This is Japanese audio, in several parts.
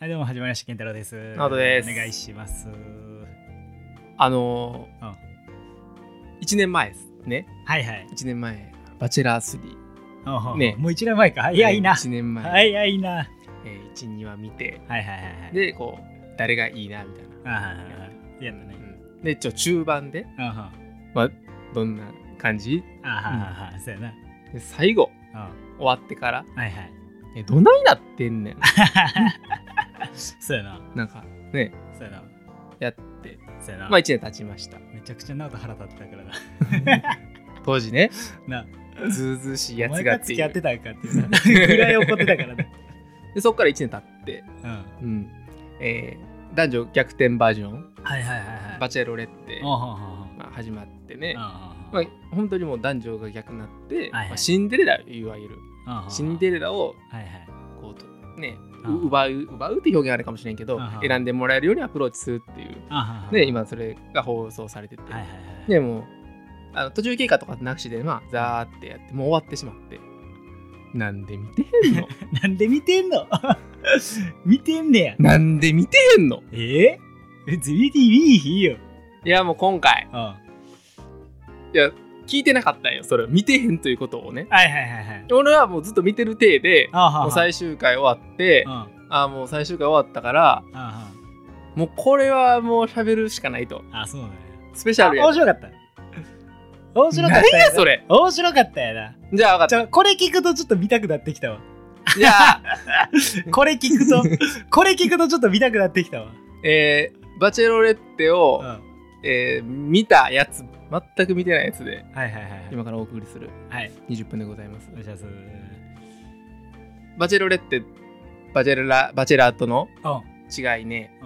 はい、どうも始まりました。健太郎です。 ナオトです。 お願いします。 1年前ですね。 はいはい。 1年前、バチェラー3。ね、 もう1年前か。早いな。 1年前。 早いな。 1、2話見て、 はいはいはいはい。 で、こう、誰がいいなみたいな。 やったね。 で、中盤で、まあ、どんな感じそうやな。 で、最後、終わってから、 はいはい。 どないなってんねん。 そうやな。 なんか、ね、 そうやな。 やって、 そうやな。 まあ1年経ちました。 めちゃくちゃナオト腹立ってたからな。 当時ね、 な、 ずうずうしいやつがお前が付き合ってたんかっていうぐらい怒ってたからね。 で、そっから1年経って、男女逆転バージョン、バチェロレッテ始まってね、本当にもう男女が逆になって、シンデレラいわゆるシンデレラをこうね奪うって表現あるかもしれんけど、選んでもらえるようにアプローチするっていうで、今それが放送されてて、でも途中経過とかなしでザーってやってもう終わってしまって、なんで見てへんのなんで見てんの見てんねや。 なんで見てへんの別に見ていいよ。 いやもう今回いや聞いてなかったんよ、それ見てへんということをね。俺はもうずっと見てる体で、もう最終回終わって、もう最終回終わったから、もうこれはもう喋るしかないと。 そうだね。 スペシャルや。 面白かった。面白かった。 何やそれ。 面白かったやな。 じゃあ分かった。 これ聞くとちょっと見たくなってきたわ。 じゃあこれ聞くとちょっと見たくなってきたわ。 バチェロレッテを、見たやつ、全く見てないやつで、今からお送りする20分でございます。バチェロレッテ、バチェラーとの違いね、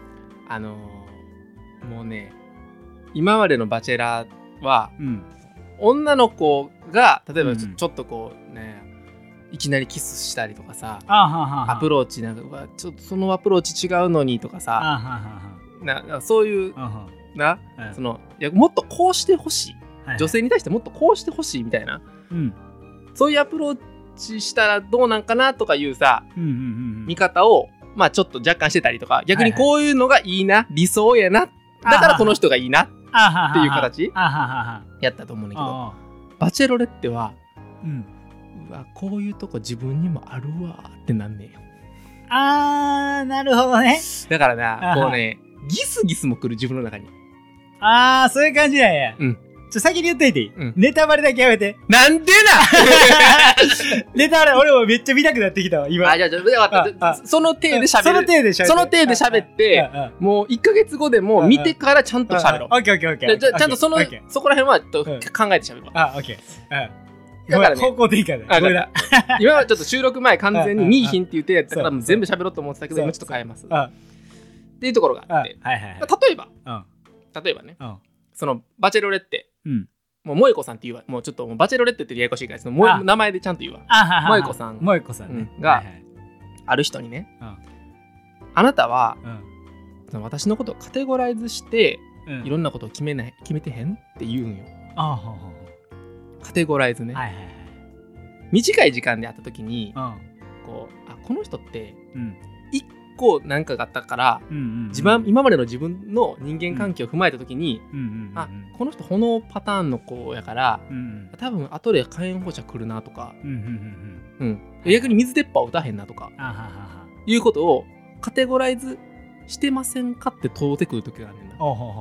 もうね、今までのバチェラーは、女の子が例えばちょっとこうね、いきなりキスしたりとかさ、アプローチなんかちょっとそのアプローチ違うのにとかさ、そういうな、そのいやもっとこうしてほしい、女性に対してもっとこうしてほしいみたいな、そういうアプローチしたらどうなんかなとかいうさ、見方をちょっと若干してたりとか、逆にこういうのがいいな、理想やな、だからこの人がいいなっていう形やったと思うんだけど、バチェロレッテは、うわこういうとこ自分にもあるわってなんねんよ。 なるほどね。 だからな、こうね、ギスギスも来る、自分の中に。 そういう感じなんや。先に言っといていい？ネタバレだけやめて。 なんでネタバレ俺もめっちゃ見たくなってきたわ今。 じゃあその体で喋る。その体で喋って、もう1ヶ月後でも見てからちゃんと喋ろう。 オッケー。 ちゃんとそこら辺は考えて喋ろう。 オッケー。だからね、方向でいいからね。 今はちょっと収録前完全に見いひんっていう手やったからもう全部喋ろうと思ってたけど、今ちょっと変えます。っていうところがあって、例えばね、そのバチェロレッテ、もう萌子さんっていうわ、もうちょっとバチェロレッテってややこしいからその名前でちゃんと言うわ。萌子さんがある人にね、あなたは私のことをカテゴライズしていろんなことを決めてへんって言うんよ。カテゴライズね。短い時間で会った時にこの人って一個何かがあったから今までの自分の人間関係を踏まえた時にこの人このパターンの子やから多分後で火炎放射来るなとか逆に水鉄砲打たへんなとかいうことをカテゴライズしてませんかって問うてくる時があるんだ。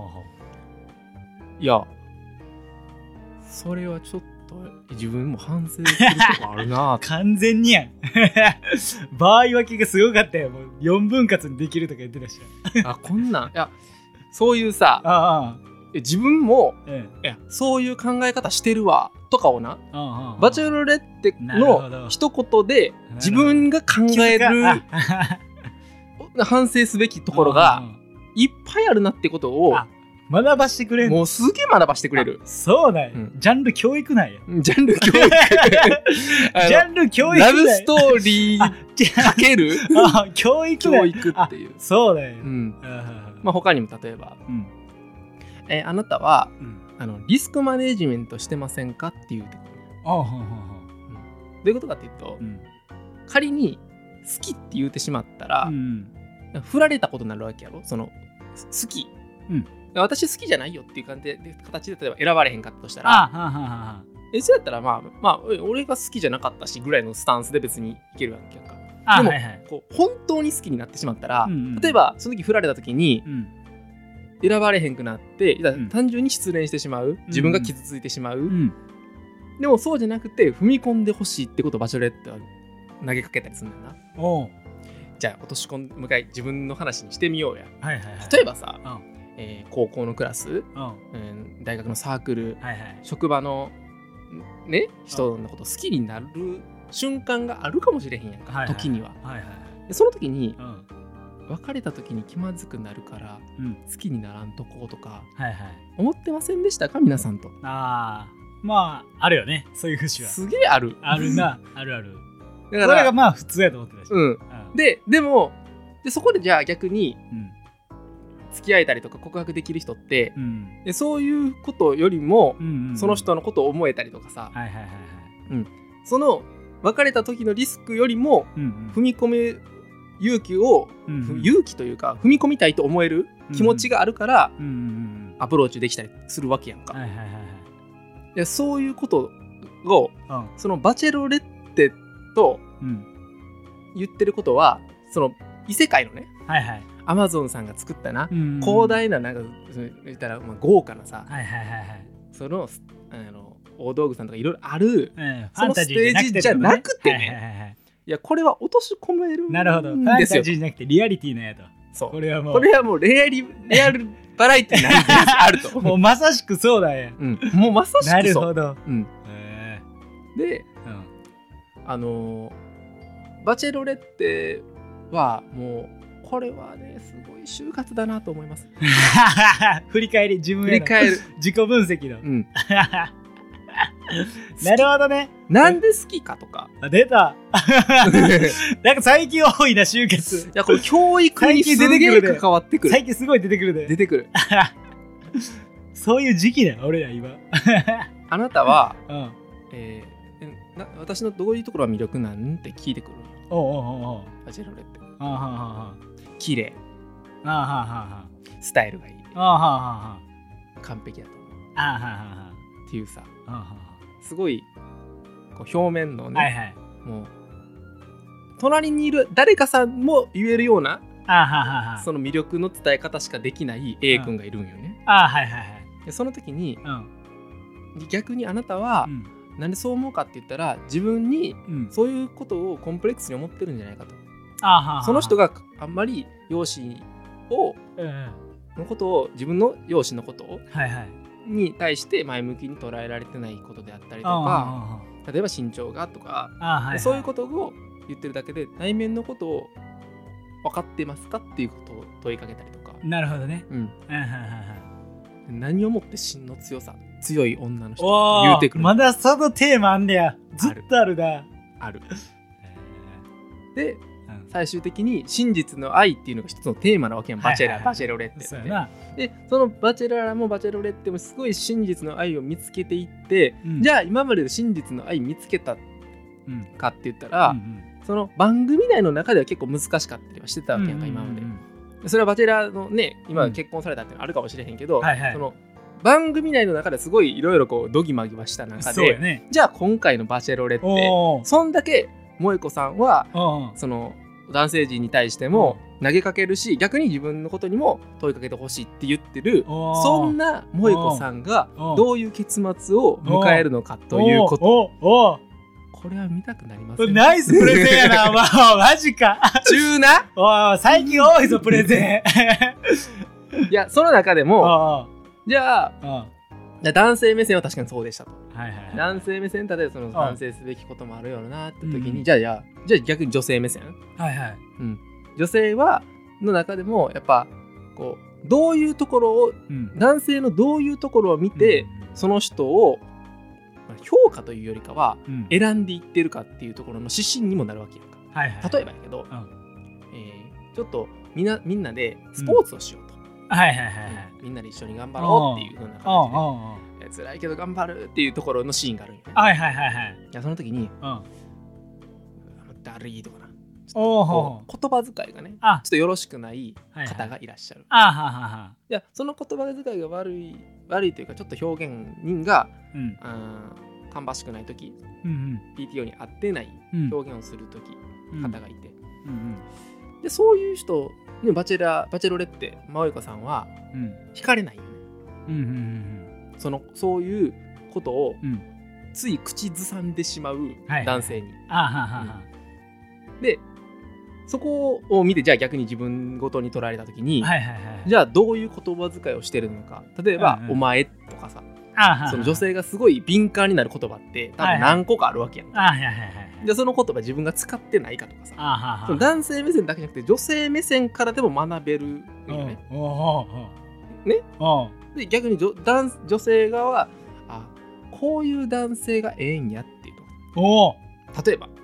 いやそれはちょっと自分も反省するとこあるな完全にやん場合分けがすごかったよ。もう4分割にできるとか言ってたしこんなんいやそういうさ自分もいやそういう考え方してるわとかをなバチェロレッテの一言で自分が考える反省すべきところがいっぱいあるなってことを学ばしてくれる。 もうすげえ学ばしてくれる。 そうなんや、ジャンル教育なんや。 ジャンル教育ジャンル教育ラブストーリーかける教育っていう。 そうだよ。 他にも例えば、あなたは、リスクマネジメントしてませんかっていうてくる。どういうことかっていうと、仮に好きって言うてしまったら、 振られたことになるわけやろ。その好き、私好きじゃないよっていう形で例えば選ばれへんかったとしたら、そうやったらまあ俺が好きじゃなかったしぐらいのスタンスで別にいけるわけやんか。でも、こう本当に好きになってしまったら、例えばその時振られた時に、選ばれへんくなって、単純に失恋してしまう、自分が傷ついてしまう、でもそうじゃなくて踏み込んでほしいってことをバチェロレッテは投げかけたりするんだよな。じゃあ落とし込むかい自分の話にしてみようや。例えばさ、高校のクラス、大学のサークル、職場のね人のこと好きになる瞬間があるかもしれへんやんか、時には。でその時に、別れた時に気まずくなるから、好きにならんとこうとか、思ってませんでしたか皆さんと。 まああるよね、そういう節は。 すげえある。 あるな、あるある。だからそれがまあ普通やと思ってたし。 でもそこでじゃあ逆に、付き合えたりとか告白できる人って、でそういうことよりも、その人のことを思えたりとかさ、その別れた時のリスクよりも、踏み込め勇気というか踏み込みたいと思える気持ちがあるから、アプローチできたりするわけやんか。でそういうことを、そのバチェロレッテと言ってることは、その異世界のね、アマゾンさんが作ったな、広大ななんか言ったら豪華なさ、その大道具さんとかいろいろある、そのステージじゃなくてね、いやこれは落とし込めるんですよ。 なるほど、ファンタジーじゃなくてリアリティなんやと。 そう、 これはもうレアルバラエティーなんてあると。 もうまさしくそうだよ。 もうまさしくそう。 なるほど。 で、バチェロレッテはもうこれはねすごい就活だなと思います。 振り返り、自分への自己分析の。なるほどね。 なんで好きかとか。 出た。なんか最近多いな、就活。 いやこれ教育にすげえ関わってくる。 最近すごい出てくるで。 出てくる。 そういう時期だよ俺ら今。 あなたは、私のどういうところが魅力なんって聞いてくる。バチェロレッテ。綺麗。スタイルがいい。完璧だと思う。っていうさ、すごいこう表面のね、もう隣にいる誰かさんも言えるようなその魅力の伝え方しかできない A 君がいるんよね。でその時に、逆にあなたは、なんでそう思うかって言ったら、自分にそういうことをコンプレックスに思ってるんじゃないかと。その人があんまり容姿を、のことを、自分の容姿のことを、に対して前向きに捉えられてないことであったりとか、例えば身長がとか、そういうことを言ってるだけで内面のことを分かってますかっていうことを問いかけたりとか。 なるほどね。 何をもって真の強い女の人って言うてくる。 まだそのテーマあんねや。ずっとあるな。 ある。で、最終的に真実の愛っていうのが一つのテーマなわけやん。バチェロレッテって。でそのバチェララもバチェロレッテもすごい真実の愛を見つけていって、じゃあ今までで真実の愛見つけたかって言ったら、その番組内の中では結構難しかったりはしてたわけやんか、今まで。それはバチェラーのね、今結婚されたっていうのあるかもしれへんけど、その番組内の中ですごいいろいろこうドギマギはした中で、じゃあ今回のバチェロレッテ、そんだけ萌子さんはその男性陣に対しても投げかけるし、逆に自分のことにも問いかけてほしいって言ってる、そんな萌子さんがどういう結末を迎えるのかということ、これは見たくなりますね。 ナイスプレゼンやな。マジか。 中な。 最近多いぞプレゼン。いやその中でもじゃあ男性目線は確かにそうでしたと。男性目線、例えばその男性すべきこともあるよなって時に、じゃあ逆に女性目線、女性はの中でもやっぱこうどういうところを、男性のどういうところを見て、その人を評価というよりかは選んでいってるかっていうところの指針にもなるわけやんか。例えばやけど、ちょっとみんなでスポーツをしようと。みんなで一緒に頑張ろうっていう風な感じで、辛いけど頑張るっていうところのシーンがあるんよね。その時にだるいとかな、 言葉遣いがねちょっとよろしくない方がいらっしゃる。いやその言葉遣いが悪いというかちょっと表現が、芳しくない時、PTO に合ってない表現をする時、方がいて、でそういう人にバチェロレッテマオイコさんは惹かれないよね。そういうことをつい口ずさんでしまう男性に。でそこを見てじゃあ逆に自分ごとに捉えた時に、じゃあどういう言葉遣いをしてるのか。例えば、お前とかさ、その女性がすごい敏感になる言葉って多分何個かあるわけやんか。でその言葉自分が使ってないかとかさ、その男性目線だけじゃなくて女性目線からでも学べるよね。で逆に女性側はこういう男性がええんやっていうと、例えば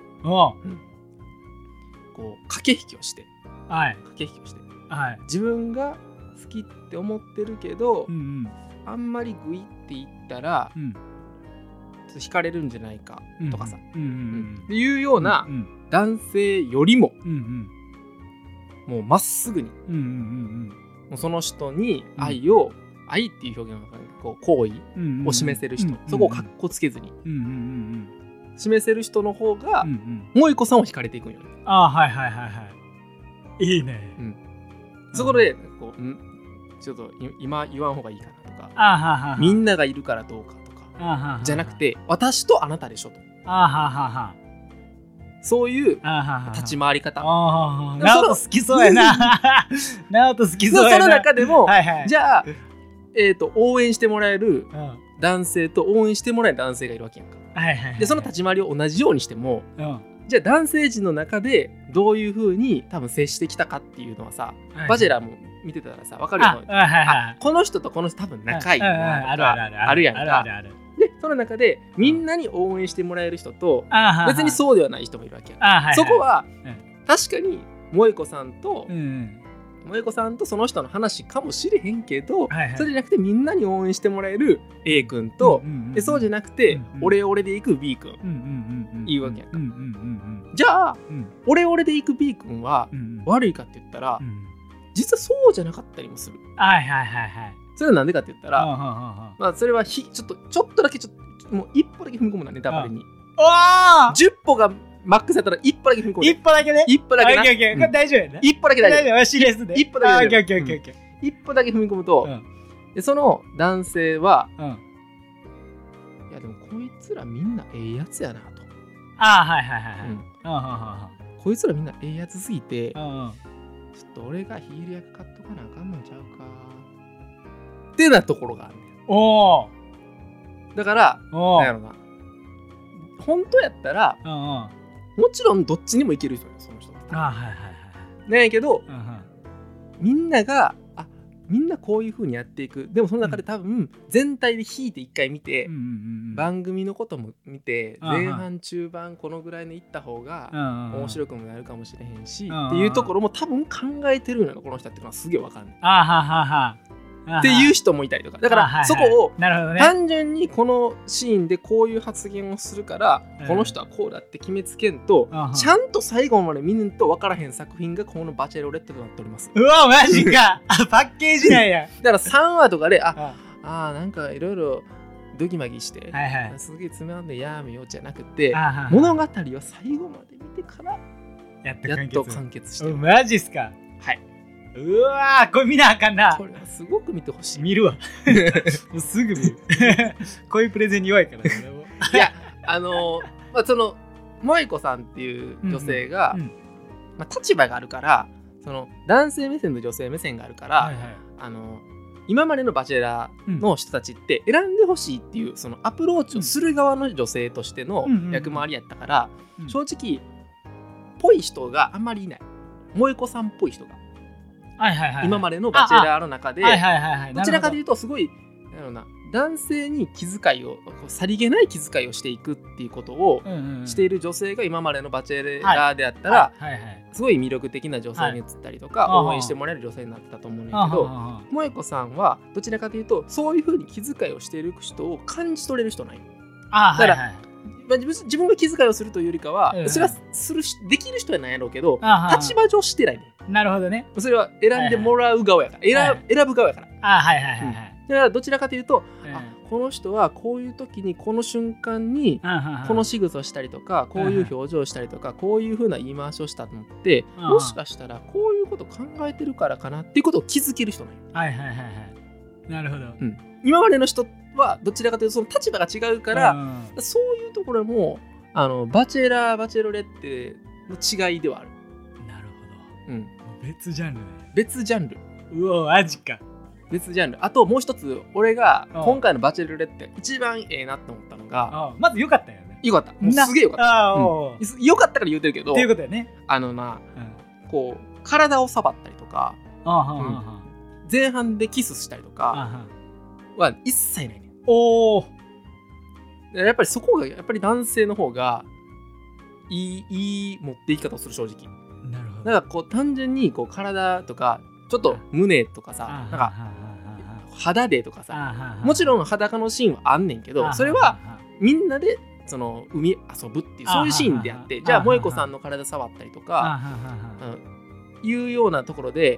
こう駆け引きをして、自分が好きって思ってるけど、あんまりグイって言ったら、ちょっと惹かれるんじゃないかとかさ、っていうような男性よりも、もうまっすぐに、もうその人に愛っていう表現の中にこう好意を示せる人、そこをかっこつけずに示せる人の方が、萌子さんを惹かれていくんよね。 いいね。 そこでこうちょっと今言わん方がいいかなとか、みんながいるからどうかとかじゃなくて、私とあなたでしょと、そういう立ち回り方。 ナオト好きそうやな。ナオト好きそうやな。 その中でもじゃあ応援してもらえる男性と応援してもらえる男性がいるわけやんか。でその立ち回りを同じようにしても、じゃあ男性陣の中でどういうふうに多分接してきたかっていうのはさ、バチェラーも見てたらさ分かるよ。この人とこの人多分仲いいなとかあるやんか。でその中でみんなに応援してもらえる人と、別にそうではない人もいるわけやん。そこは確かに萌子さんとその人の話かもしれへんけど、それじゃなくてみんなに応援してもらえる A 君と、そうじゃなくて俺で行く B 君いいわけやんか。じゃあ俺で行く B 君は悪いかって言ったら、実はそうじゃなかったりもする。それはなんでかって言ったら、まあそれはちょっとだけもう一歩だけ踏み込むな、ネタバレに。10歩がマックスやったら一歩だけ踏み込む。 一歩だけね。 一歩だけな。 大丈夫やな。 一歩だけ大丈夫。 一歩だけ。 一歩だけ踏み込むと、その男性は、いやでもこいつらみんなええやつやなと。こいつらみんなええやつすぎて、ちょっと俺がヒール役買っとかなあかんのちゃうかってなところがあるね。だからなんやろな、本当やったらもちろんどっちにもいける人よ、その人は。なんやけど、みんなこういう風にやっていく。でもその中で多分全体で引いて一回見て、番組のことも見て、前半中盤このぐらいにいった方が面白くもなるかもしれへんしっていうところも多分考えてるのよ、この人っていうのはすげえわかんないっていう人もいたりとか。だからそこを単純にこのシーンでこういう発言をするからこの人はこうだって決めつけんと、ちゃんと最後まで見ぬと分からへん作品がこのバチェロレッテとなっております。 うわマジか。パッケージなんや。 だから3話とかでなんかいろいろドギマギしてすげえつまんでやめようじゃなくて、物語を最後まで見てからやっと完結してる。 マジっすか。 はい。 うわー、これ見なあかんな。 これはすごく見てほしい。 見るわ。もうすぐ見る。こういうプレゼンに弱いから。 いやその萌子さんっていう女性が、立場があるから、その男性目線と女性目線があるから、今までのバチェラーの人たちって選んでほしいっていうそのアプローチをする側の女性としての役回りやったから、正直ぽい人があんまりいない。萌子さんっぽい人が今までのバチェラーの中でどちらかというとすごい男性に気遣いを、さりげない気遣いをしていくっていうことをしている女性が今までのバチェラーであったらすごい魅力的な女性に移ったりとか応援してもらえる女性になってたと思うんだけど、萌子さんはどちらかというとそういう風に気遣いをしている人を感じ取れる人ない。だから自分が気遣いをするというよりかは、それはできる人はないやろうけど、立場上してないね。 なるほどね。 それは選んでもらう側やから、選ぶ側やから。だからどちらかというと、この人はこういう時にこの瞬間にこの仕草をしたりとか、こういう表情をしたりとか、こういう風な言い回しをしたのって、もしかしたらこういうことを考えてるからかなっていうことを気づける人なんよ。 なるほど。 今までの人はどちらかというとその立場が違うから、そういうところもバチェラーバチェロレッテの違いではある。 なるほど。別ジャンルね。 別ジャンル。 うわマジか。別ジャンル。あともう一つ俺が今回のバチェロレッテ一番ええなと思ったのが、 まず良かったよね。 良かった。もうすげえ良かった。良かったから言うてるけど。 っていうことだよね。 こう体を触ったりとか、前半でキスしたりとかは一切ないね。やっぱりそこがやっぱり男性の方がいい持っていき方をする、正直。 なるほど。 だからこう単純にこう体とかちょっと胸とかさ、なんか肌でとかさ、もちろん裸のシーンはあんねんけど、それはみんなでその海遊ぶっていうそういうシーンであって、じゃあ萌子さんの体触ったりとかいうようなところで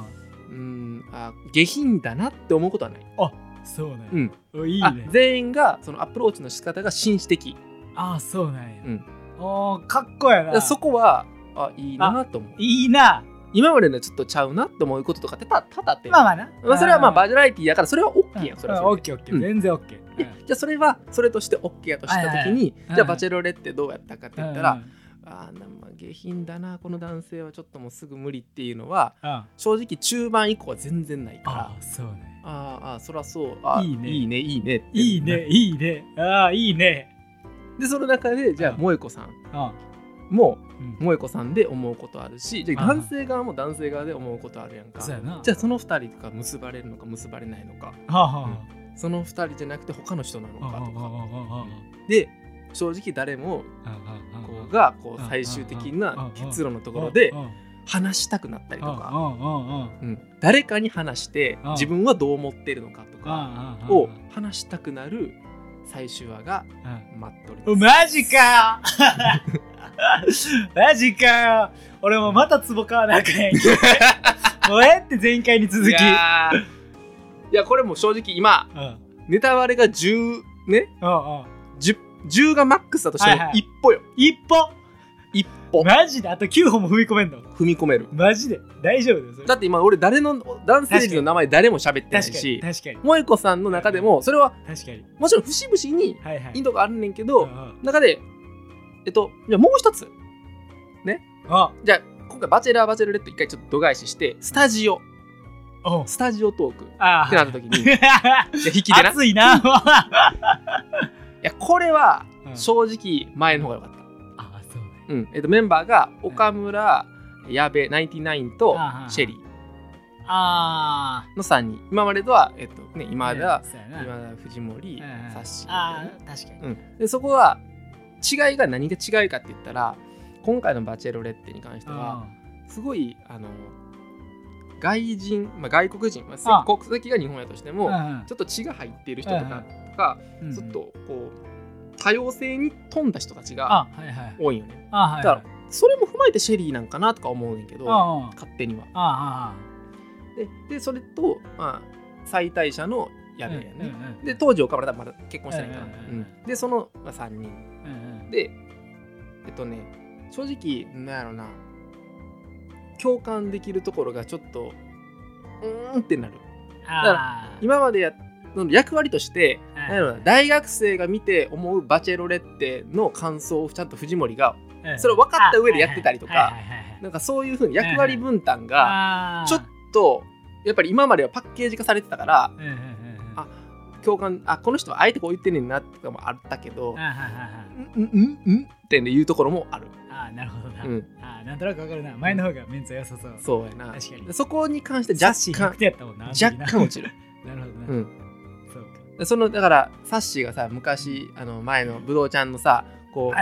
下品だなって思うことはない。 そうね。いいね。 全員がそのアプローチの仕方が紳士的。 そうなんや。かっこやな。 そこはいいなと思う。 いいな。 今までのちょっとちゃうなって思うこととかって多々あって、 まあな。 それはバジョラエティやからそれは OK やん。それはオッケー全然 OK。 じゃあそれはそれとして OK やとした時に、じゃあバチェロレってどうやったかって言ったら、下品だなこの男性はちょっともうすぐ無理っていうのは正直中盤以降は全然ないから。 そうね。 そらそう。いいねいいねいいねいいねいいね。 でその中でじゃあ萌子さんも萌子さんで思うことあるし、じゃあ男性側も男性側で思うことあるやんか。じゃあその2人が結ばれるのか結ばれないのか、その2人じゃなくて他の人なのかとかで、正直誰もがこう最終的な結論のところで話したくなったりとか、誰かに話して自分はどう思っているのかとかを話したくなる最終話が待っております。 マジかマジかよ。俺もまたツボ買わなあかんやんけ。もうって前回に続き。いやこれも正直今ネタバレが10ね、10がマックスだとしても一歩よ。 一歩マジであと9歩も踏み込めんの。 踏み込める。 マジで大丈夫だよそれ。 だって今俺誰の男性陣の名前誰も喋ってないし、萌子さんの中でもそれは確かにもちろん節々にいいとこあるねんけど、中でじゃあもう一つね。じゃあ今回バチェラーバチェロレット一回ちょっと度外視してスタジオトークってなった時に引きでな熱いな。いやこれは正直前の方が良かった。メンバーが岡村、矢部、ナインティナインとシェリーの3人。今までとは今田、藤森、サッシー。 確かに。 でそこは違いが何が違いかって言ったら、今回のバチェロレッテに関してはすごい外人、外国人、国籍が日本やとしてもちょっと血が入っている人とかちょっとこう多様性に富んだ人たちが多いよね。だからそれも踏まえてシェリーなんかなとか思うねんけど、勝手には。でそれと最大者の矢部やね。で当時岡村はまだ結婚してないから。でその3人で正直なんやろな、共感できるところがちょっとってなる。だから今まで役割として大学生が見て思うバチェロレッテの感想をちゃんと藤森がそれを分かった上でやってたりとか、なんかそういう風に役割分担がちょっとやっぱり今まではパッケージ化されてたから、共感この人は相手こう言ってんねんなとかもあったけど、っていうところもある。 なるほどな。なんとなく分かるな。前の方がメンツ良さそう。 そうやな。 確かに。 そこに関して若干落ちる。 なるほどな。 だからサッシーがさ昔前のブドウちゃんのさこう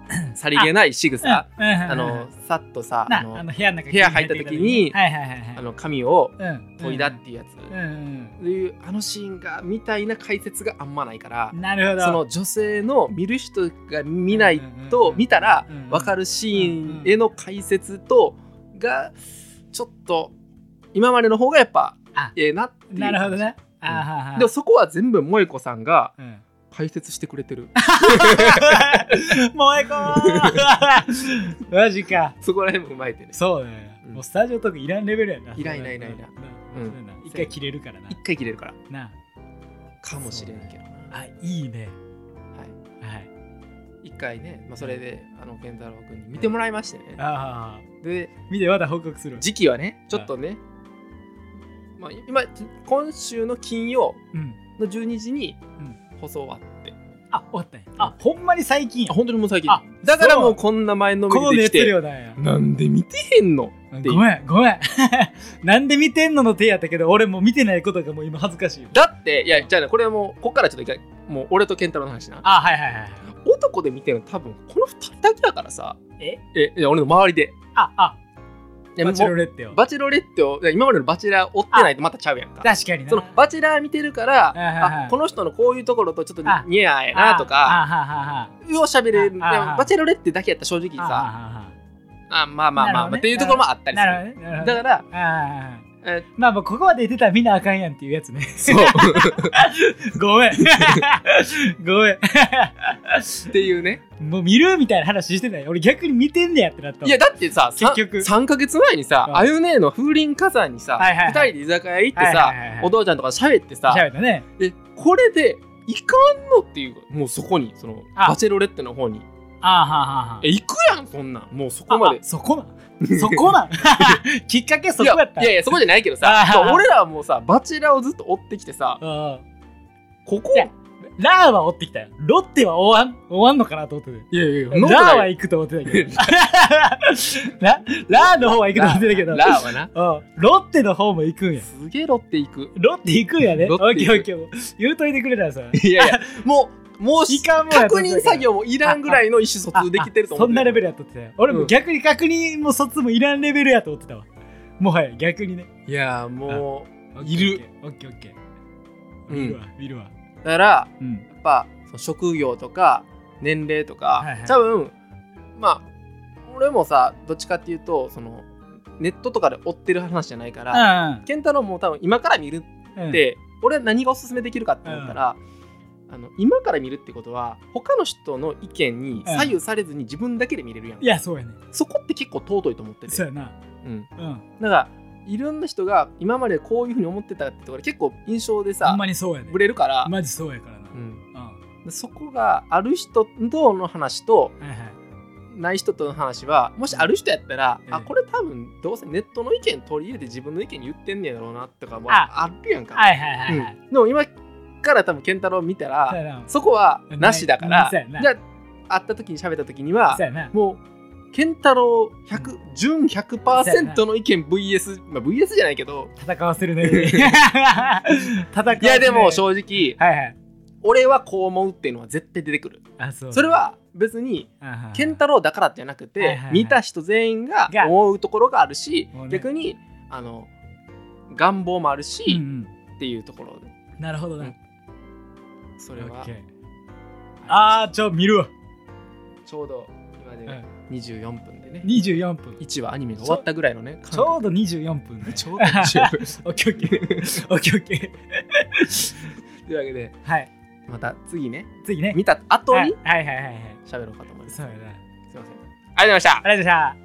さりげない仕草、さっとさ部屋入った時に髪を研いだっていうやつっていうシーンがみたいな解説があんまないから、 なるほど、 その女性の見る人が見ないと見たら分かるシーンへの解説とがちょっと今までの方がやっぱええなっていう。 なるほどね。 でもそこは全部萌子さんが解説してくれてる。 萌子マジか。 そこら辺もうまいてね。 そうね、もうスタジオトークいらんレベルやな。 いらん一回切れるからな。 一回切れるからなかもしれんけどな。 いいね。 はい一回ね、それで健太郎君に見てもらいましてね。で見てまた報告する。 時期はねちょっとね、今週の金曜の12時に放送終わって、 終わったね。ほんまに最近。 本当にもう最近。だからもうこんな前のめりで来て、 この熱量だよ。 なんで見てへんのってごめんなんで見てんのの手やったけど、俺もう見てないことがもう今恥ずかしいよ。 だっていやじゃあね、これはもうこっからちょっともう俺と健太郎の話な。男で見てるの多分この2人だけだからさ。いや俺の周りでバチェロレッテを今までのバチェラー追ってないとまたちゃうやんか。 確かにな。 そのバチェラー見てるからこの人のこういうところとちょっと似合えなとかよう喋れる。バチェロレッテだけやったら正直さまあっていうところもあったりする。だからもうここまで言ってたらみんなあかんやんっていうやつね。そうごめんっていうね。 もう見るみたいな話してない。俺逆に見てんねやってなった。 いやだってさ結局3ヶ月前にさあゆねえの風林火山にさ2人で居酒屋行ってさお父ちゃんとか喋ってさこれでいかんのっていう、もうそこにそのバチェロレッテの方に行くやんそんなん。もうそこまでそこなんきっかけそこやった。 いやそこじゃないけどさ、俺らはもうさバチェラーをずっと追ってきてさ、ここラーは追ってきたよ。ロッテは終わんのかなと思ってて。いやラーは行くと思ってたけどラーの方は行くと思ってたけど、 ラーはなロッテの方も行くんや。 すげえロッテ行くんやね。オッケー言うといてくれたらさ。 いやもう確認作業もいらんぐらいの意思疎通できてると思って。 そんなレベルやとってたよ。俺も逆に確認も疎通もいらんレベルやと思ってたわ。もはや逆にね。 いやもういる。 オッケー見るわ。 だからやっぱ職業とか年齢とか多分俺もさどっちかっていうとそのネットとかで追ってる話じゃないから健太郎も多分今から見るって俺は何がおすすめできるかって思ったら今から見るってことは他の人の意見に左右されずに自分だけで見れるやん。 いやそうやね。 そこって結構尊いと思ってて。 そうやな。 だからいろんな人が今までこういうふうに思ってたってところ結構印象でさほんまにそうやね。 ブレるからマジそうやからな。 そこがある人との話とない人との話はもしある人やったらこれ多分どうせネットの意見取り入れて自分の意見言ってんねやろうなとかもあるやんか。でも今から多分健太郎見たらそこはなしだからじゃあ会った時に喋った時にはもう健太郎純 100% の意見 VS じゃないけど戦わせるね。いやでも正直俺はこう思うっていうのは絶対出てくる。それは別に健太郎だからじゃなくて見た人全員が思うところがあるし逆に願望もあるしっていうところで。 なるほどね。 それは見るわ。 ちょうど今で24分でね。 24分 1話アニメが終わったぐらいのね。 ちょうど24分ね。 ちょうど24分。 オッケー。 というわけでまた次ね見た後に喋ろうかと思います。すいません。ありがとうございました。